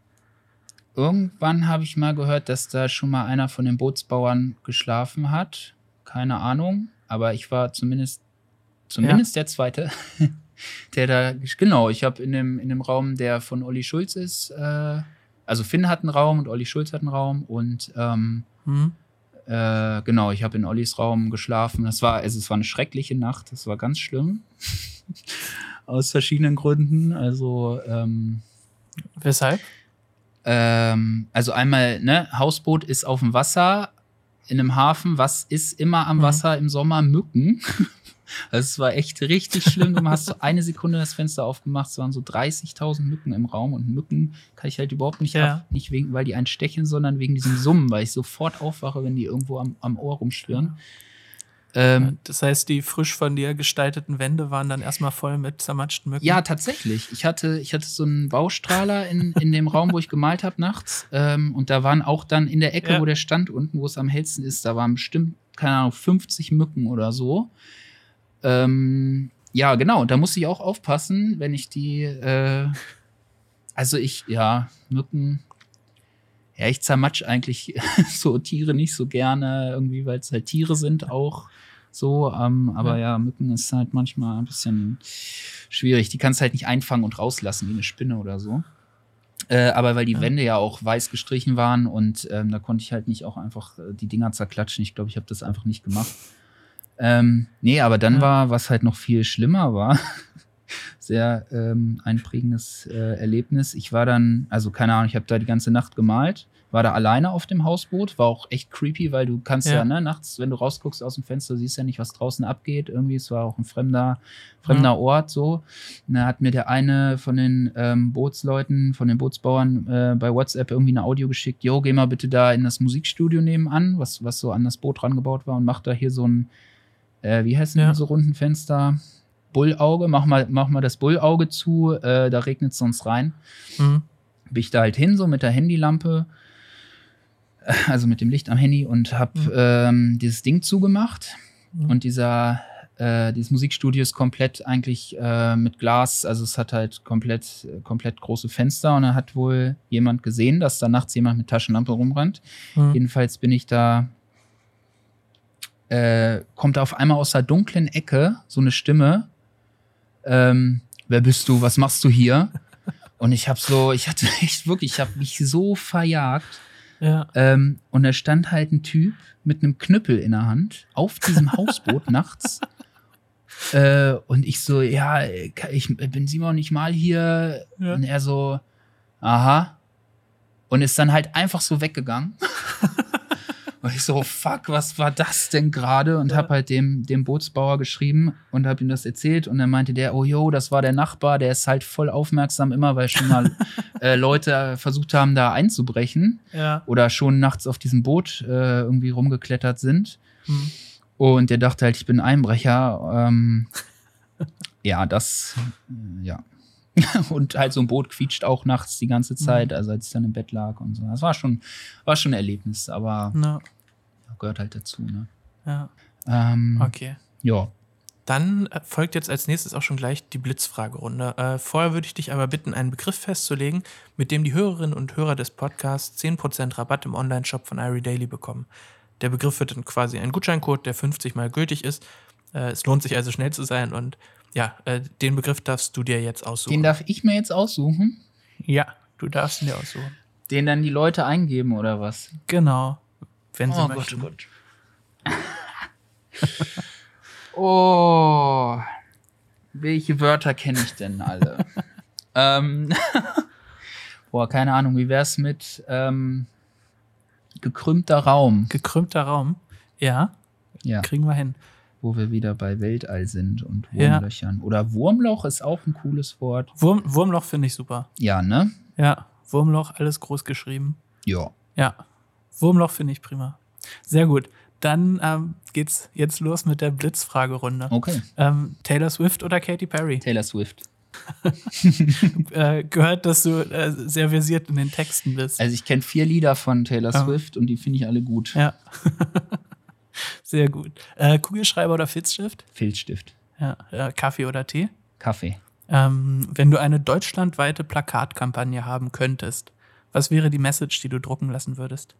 irgendwann habe ich mal gehört, dass da schon mal einer von den Bootsbauern geschlafen hat. Keine Ahnung, aber ich war zumindest, zumindest der Zweite, der da, genau, ich habe in dem, in dem Raum, der von Olli Schulz ist, äh, also Finn hat einen Raum und Olli Schulz hat einen Raum, und ähm, Mhm. äh, genau, ich habe in Ollis Raum geschlafen. Das war, also es war eine schreckliche Nacht, das war ganz schlimm. Aus verschiedenen Gründen. Also, ähm, Weshalb? ähm, also einmal, ne, Hausboot ist auf dem Wasser, in einem Hafen. Was ist immer am Mhm. Wasser im Sommer? Mücken. Also es war echt richtig schlimm. Du hast so eine Sekunde das Fenster aufgemacht, es waren so dreißigtausend Mücken im Raum, und Mücken kann ich halt überhaupt nicht Ja. ab. Nicht wegen, weil die einen stechen, sondern wegen diesem Summen, weil ich sofort aufwache, wenn die irgendwo am, am Ohr rumschwirren. Ähm, Das heißt, die frisch von dir gestalteten Wände waren dann erstmal voll mit zermatschten Mücken? Ja, tatsächlich. Ich hatte, ich hatte so einen Baustrahler in, in dem Raum, wo ich gemalt habe nachts. Ähm, und da waren auch dann in der Ecke, Ja. wo der stand unten, wo es am hellsten ist, da waren bestimmt, keine Ahnung, fünfzig Mücken oder so. Ähm, ja, genau. Da musste ich auch aufpassen, wenn ich die, äh, also ich, ja, Mücken, ja, ich zermatsch eigentlich so Tiere nicht so gerne, irgendwie, weil es halt Tiere sind auch so. Ähm, aber ja. ja, Mücken ist halt manchmal ein bisschen schwierig. Die kannst du halt nicht einfangen und rauslassen wie eine Spinne oder so. Äh, aber weil die Ja. Wände ja auch weiß gestrichen waren, und ähm, da konnte ich halt nicht auch einfach äh, die Dinger zerklatschen. Ich glaube, ich habe das einfach nicht gemacht. Ähm, nee, aber dann Ja. war, was halt noch viel schlimmer war, sehr ähm, einprägendes äh, Erlebnis. Ich war dann, also keine Ahnung, ich habe da die ganze Nacht gemalt, war da alleine auf dem Hausboot, war auch echt creepy, weil du kannst ja, Ja. ne, nachts, wenn du rausguckst aus dem Fenster, siehst ja nicht, was draußen abgeht. Irgendwie, es war auch ein fremder, fremder Ja. Ort so. Und da hat mir der eine von den ähm, Bootsleuten, von den Bootsbauern äh, bei WhatsApp irgendwie ein Audio geschickt, jo, geh mal bitte da in das Musikstudio nebenan, was, was so an das Boot rangebaut war, und mach da hier so ein, äh, wie heißen Ja. diese runden Fenster? Bullauge, mach mal, mach mal das Bullauge zu, äh, da regnet es sonst rein. Mhm. Bin ich da halt hin, so mit der Handylampe, äh, also mit dem Licht am Handy, und hab Mhm. ähm, dieses Ding zugemacht. Mhm. Und dieser, äh, dieses Musikstudio ist komplett eigentlich äh, mit Glas, also es hat halt komplett, äh, komplett große Fenster, und da hat wohl jemand gesehen, dass da nachts jemand mit Taschenlampe rumrennt. Mhm. Jedenfalls bin ich da, äh, kommt auf einmal aus der dunklen Ecke so eine Stimme. Ähm, wer bist du? Was machst du hier? Und ich habe so, ich hatte echt wirklich, ich habe mich so verjagt. Ja. Ähm, und da stand halt ein Typ mit einem Knüppel in der Hand auf diesem Hausboot nachts. Äh, und ich so, ja, ich bin Simon, ich mal hier. Ja. Und er so, aha. Und ist dann halt einfach so weggegangen. Und ich so, fuck, was war das denn gerade? Und ja. hab halt dem, dem Bootsbauer geschrieben und hab ihm das erzählt. Und dann meinte der, oh jo, das war der Nachbar, der ist halt voll aufmerksam immer, weil schon mal äh, Leute versucht haben, da einzubrechen. Ja. Oder schon nachts auf diesem Boot äh, irgendwie rumgeklettert sind. Hm. Und der dachte halt, ich bin ein Einbrecher. Ähm, ja, das, äh, ja. Und halt so ein Boot quietscht auch nachts die ganze Zeit, mhm. also als ich dann im Bett lag und so. Das war schon, war schon ein Erlebnis, aber no. gehört halt dazu, ne? Ja. Ähm, okay. Ja. Dann folgt jetzt als nächstes auch schon gleich die Blitzfragerunde. Äh, vorher würde ich dich aber bitten, einen Begriff festzulegen, mit dem die Hörerinnen und Hörer des Podcasts zehn Prozent Rabatt im Onlineshop von iRedaily bekommen. Der Begriff wird dann quasi ein Gutscheincode, der fünfzig Mal gültig ist. Äh, es lohnt sich also schnell zu sein und ja, äh, den Begriff darfst du dir jetzt aussuchen. Den darf ich mir jetzt aussuchen? Ja, du darfst ihn dir aussuchen. Den dann die Leute eingeben, oder was? Genau, wenn sie oh möchten. Gott, oh Gott. Oh, welche Wörter kenne ich denn alle? ähm, boah, keine Ahnung, wie wär's mit ähm, gekrümmter Raum? Gekrümmter Raum? Ja, ja. Kriegen wir hin. Wo wir wieder bei Weltall sind und Wurmlöchern. Ja. Oder Wurmloch ist auch ein cooles Wort. Wurm, Wurmloch finde ich super. Ja, ne? Ja, Wurmloch, alles groß geschrieben. Ja. Ja, Wurmloch finde ich prima. Sehr gut. Dann ähm, geht's jetzt los mit der Blitzfragerunde. Okay. Ähm, Taylor Swift oder Katy Perry? Taylor Swift. äh, gehört, dass du äh, sehr versiert in den Texten bist. Also ich kenne vier Lieder von Taylor oh. Swift und die finde ich alle gut. Ja. Sehr gut. Äh, Kugelschreiber oder Filzstift? Filzstift. Ja. Äh, Kaffee oder Tee? Kaffee. Ähm, wenn du eine deutschlandweite Plakatkampagne haben könntest, was wäre die Message, die du drucken lassen würdest?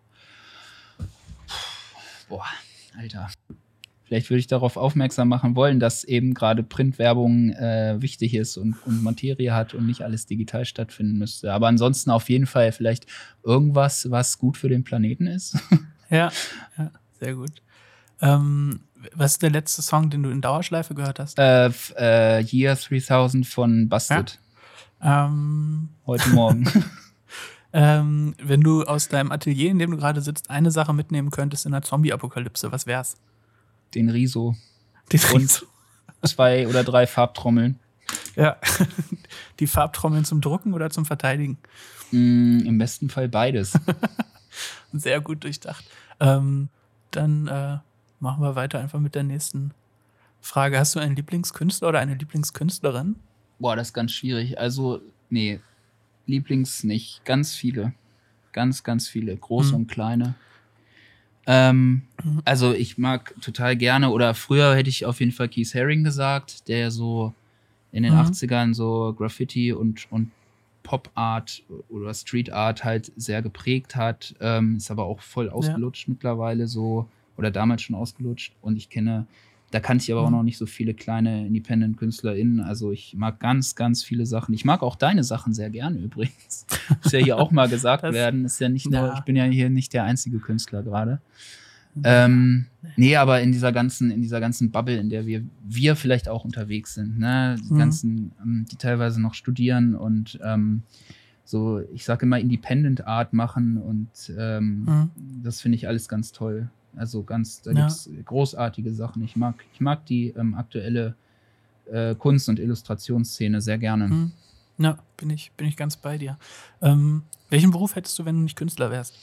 Boah, Alter. Vielleicht würde ich darauf aufmerksam machen wollen, dass eben gerade Printwerbung äh, wichtig ist und, und Materie hat und nicht alles digital stattfinden müsste. Aber ansonsten auf jeden Fall vielleicht irgendwas, was gut für den Planeten ist. Ja, ja, sehr gut. Ähm, was ist der letzte Song, den du in Dauerschleife gehört hast? Äh, f- äh, Year dreitausend von Busted. Ja. Ähm. Heute Morgen. ähm, wenn du aus deinem Atelier, in dem du gerade sitzt, eine Sache mitnehmen könntest in der Zombie-Apokalypse, was wär's? Den Riso. Den Riso. Und zwei oder drei Farbtrommeln. Ja. Die Farbtrommeln zum Drucken oder zum Verteidigen? Mm, im besten Fall beides. Sehr gut durchdacht. Ähm, dann äh, machen wir weiter einfach mit der nächsten Frage. Hast du einen Lieblingskünstler oder eine Lieblingskünstlerin? Boah, das ist ganz schwierig. Also, nee, Lieblings nicht. Ganz viele. Ganz, ganz viele. Große mhm. und kleine. Ähm, mhm. Also, ich mag total gerne, oder früher hätte ich auf jeden Fall Keith Haring gesagt, der so in den mhm. achtzigern so Graffiti und, und Pop-Art oder Street-Art halt sehr geprägt hat. Ähm, ist aber auch voll ausgelutscht ja. mittlerweile so. Oder damals schon ausgelutscht. Und ich kenne, da kannte ich aber mhm. auch noch nicht so viele kleine Independent-KünstlerInnen. Also ich mag ganz, ganz viele Sachen. Ich mag auch deine Sachen sehr gerne übrigens. Muss ja hier auch mal gesagt das, werden. Ist ja nicht nur, ja. Ich bin ja hier nicht der einzige Künstler gerade. Mhm. Ähm, nee, aber in dieser ganzen, in dieser ganzen Bubble, in der wir, wir vielleicht auch unterwegs sind, ne? Die mhm. ganzen, ähm, die teilweise noch studieren und ähm, so, ich sage immer, Independent Art machen und ähm, mhm. das finde ich alles ganz toll. Also ganz, da ja. gibt's großartige Sachen. Ich mag, ich mag die ähm, aktuelle äh, Kunst- und Illustrationsszene sehr gerne. Mhm. Ja, bin ich, bin ich ganz bei dir. Ähm, welchen Beruf hättest du, wenn du nicht Künstler wärst?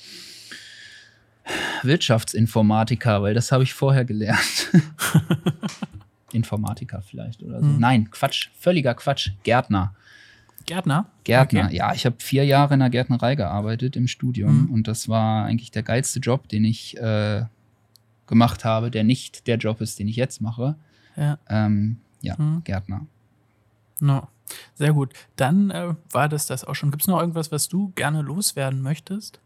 Wirtschaftsinformatiker, weil das habe ich vorher gelernt. Informatiker vielleicht oder so. Mhm. Nein, Quatsch, völliger Quatsch. Gärtner. Gärtner? Gärtner, okay. Ja. Ich habe vier Jahre in der Gärtnerei gearbeitet im Studium mhm. und das war eigentlich der geilste Job, den ich äh, gemacht habe, der nicht der Job ist, den ich jetzt mache. Ja, ähm, ja mhm. Gärtner. No. Sehr gut. Dann äh, war das das auch schon. Gibt es noch irgendwas, was du gerne loswerden möchtest?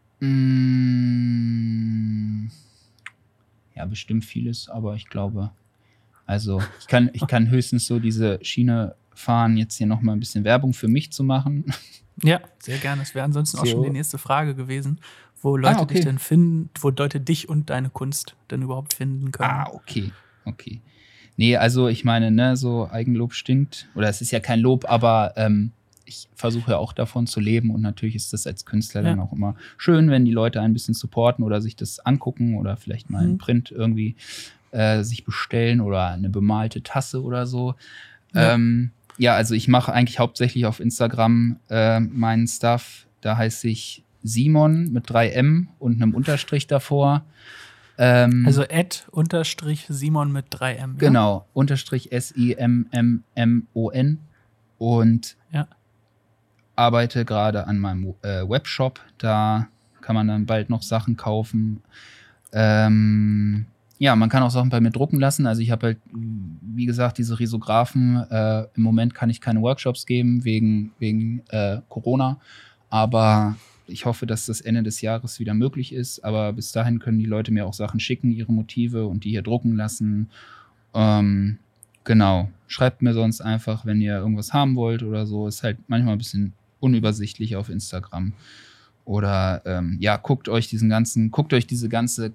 Mm, ja, bestimmt vieles, aber ich glaube, also ich kann, ich kann höchstens so diese Schiene fahren, jetzt hier nochmal ein bisschen Werbung für mich zu machen. Ja, sehr gerne. Das wäre ansonsten so. auch schon die nächste Frage gewesen. wo Leute Ah, okay. dich denn finden, wo Leute dich und deine Kunst denn überhaupt finden können. Ah, okay, okay. Nee, also ich meine, ne, so Eigenlob stinkt. Oder es ist ja kein Lob, aber ähm, ich versuche ja auch davon zu leben. Und natürlich ist das als Künstler Ja. dann auch immer schön, wenn die Leute ein bisschen supporten oder sich das angucken oder vielleicht mal Mhm. in Print irgendwie äh, sich bestellen oder eine bemalte Tasse oder so. Ja. Ähm, ja, also ich mache eigentlich hauptsächlich auf Instagram äh, meinen Stuff. Da heiße ich Simon mit drei M und einem Unterstrich davor. Ähm, Also Ad unterstrich Simon mit drei M. Ja? Genau, Unterstrich S I M M M O N und Ja. arbeite gerade an meinem äh, Webshop. Da kann man dann bald noch Sachen kaufen. Ähm, ja, man kann auch Sachen bei mir drucken lassen. Also ich habe halt, wie gesagt, diese Risographen. Äh, Im Moment kann ich keine Workshops geben wegen, wegen äh, Corona. Aber ich hoffe, dass das Ende des Jahres wieder möglich ist. Aber bis dahin können die Leute mir auch Sachen schicken, ihre Motive und die hier drucken lassen. Ähm, genau. Schreibt mir sonst einfach, wenn ihr irgendwas haben wollt oder so. Ist halt manchmal ein bisschen unübersichtlich auf Instagram. Oder ähm, ja, guckt euch diesen ganzen, guckt euch diese ganze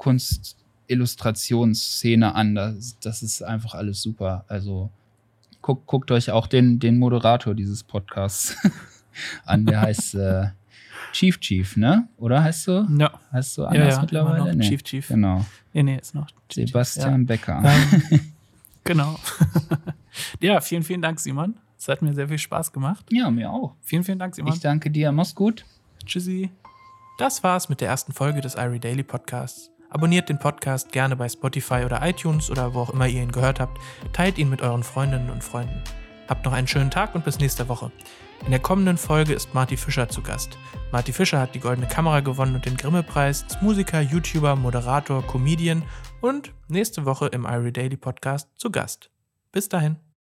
Kunst-Illustrationsszene an. Das, das ist einfach alles super. Also guckt, guckt euch auch den, den Moderator dieses Podcasts an. Der heißt äh, Chief Chief, ne? Oder heißt du? Ja. Heißt du Ja, anders ja, mittlerweile? immer noch Nee. Chief Chief. Genau. Nee, nee, ist noch Chief Sebastian Chief, Becker. ja. Ähm, genau. Ja, vielen, vielen Dank, Simon. Es hat mir sehr viel Spaß gemacht. Ja, mir auch. Vielen, vielen Dank, Simon. Ich danke dir. Mach's gut. Tschüssi. Das war's mit der ersten Folge des Irie Daily Podcasts. Abonniert den Podcast gerne bei Spotify oder iTunes oder wo auch immer ihr ihn gehört habt. Teilt ihn mit euren Freundinnen und Freunden. Habt noch einen schönen Tag und bis nächste Woche. In der kommenden Folge ist Marty Fischer zu Gast. Marty Fischer hat die Goldene Kamera gewonnen und den Grimme-Preis, ist Musiker, YouTuber, Moderator, Comedian und nächste Woche im Irie Daily Podcast zu Gast. Bis dahin.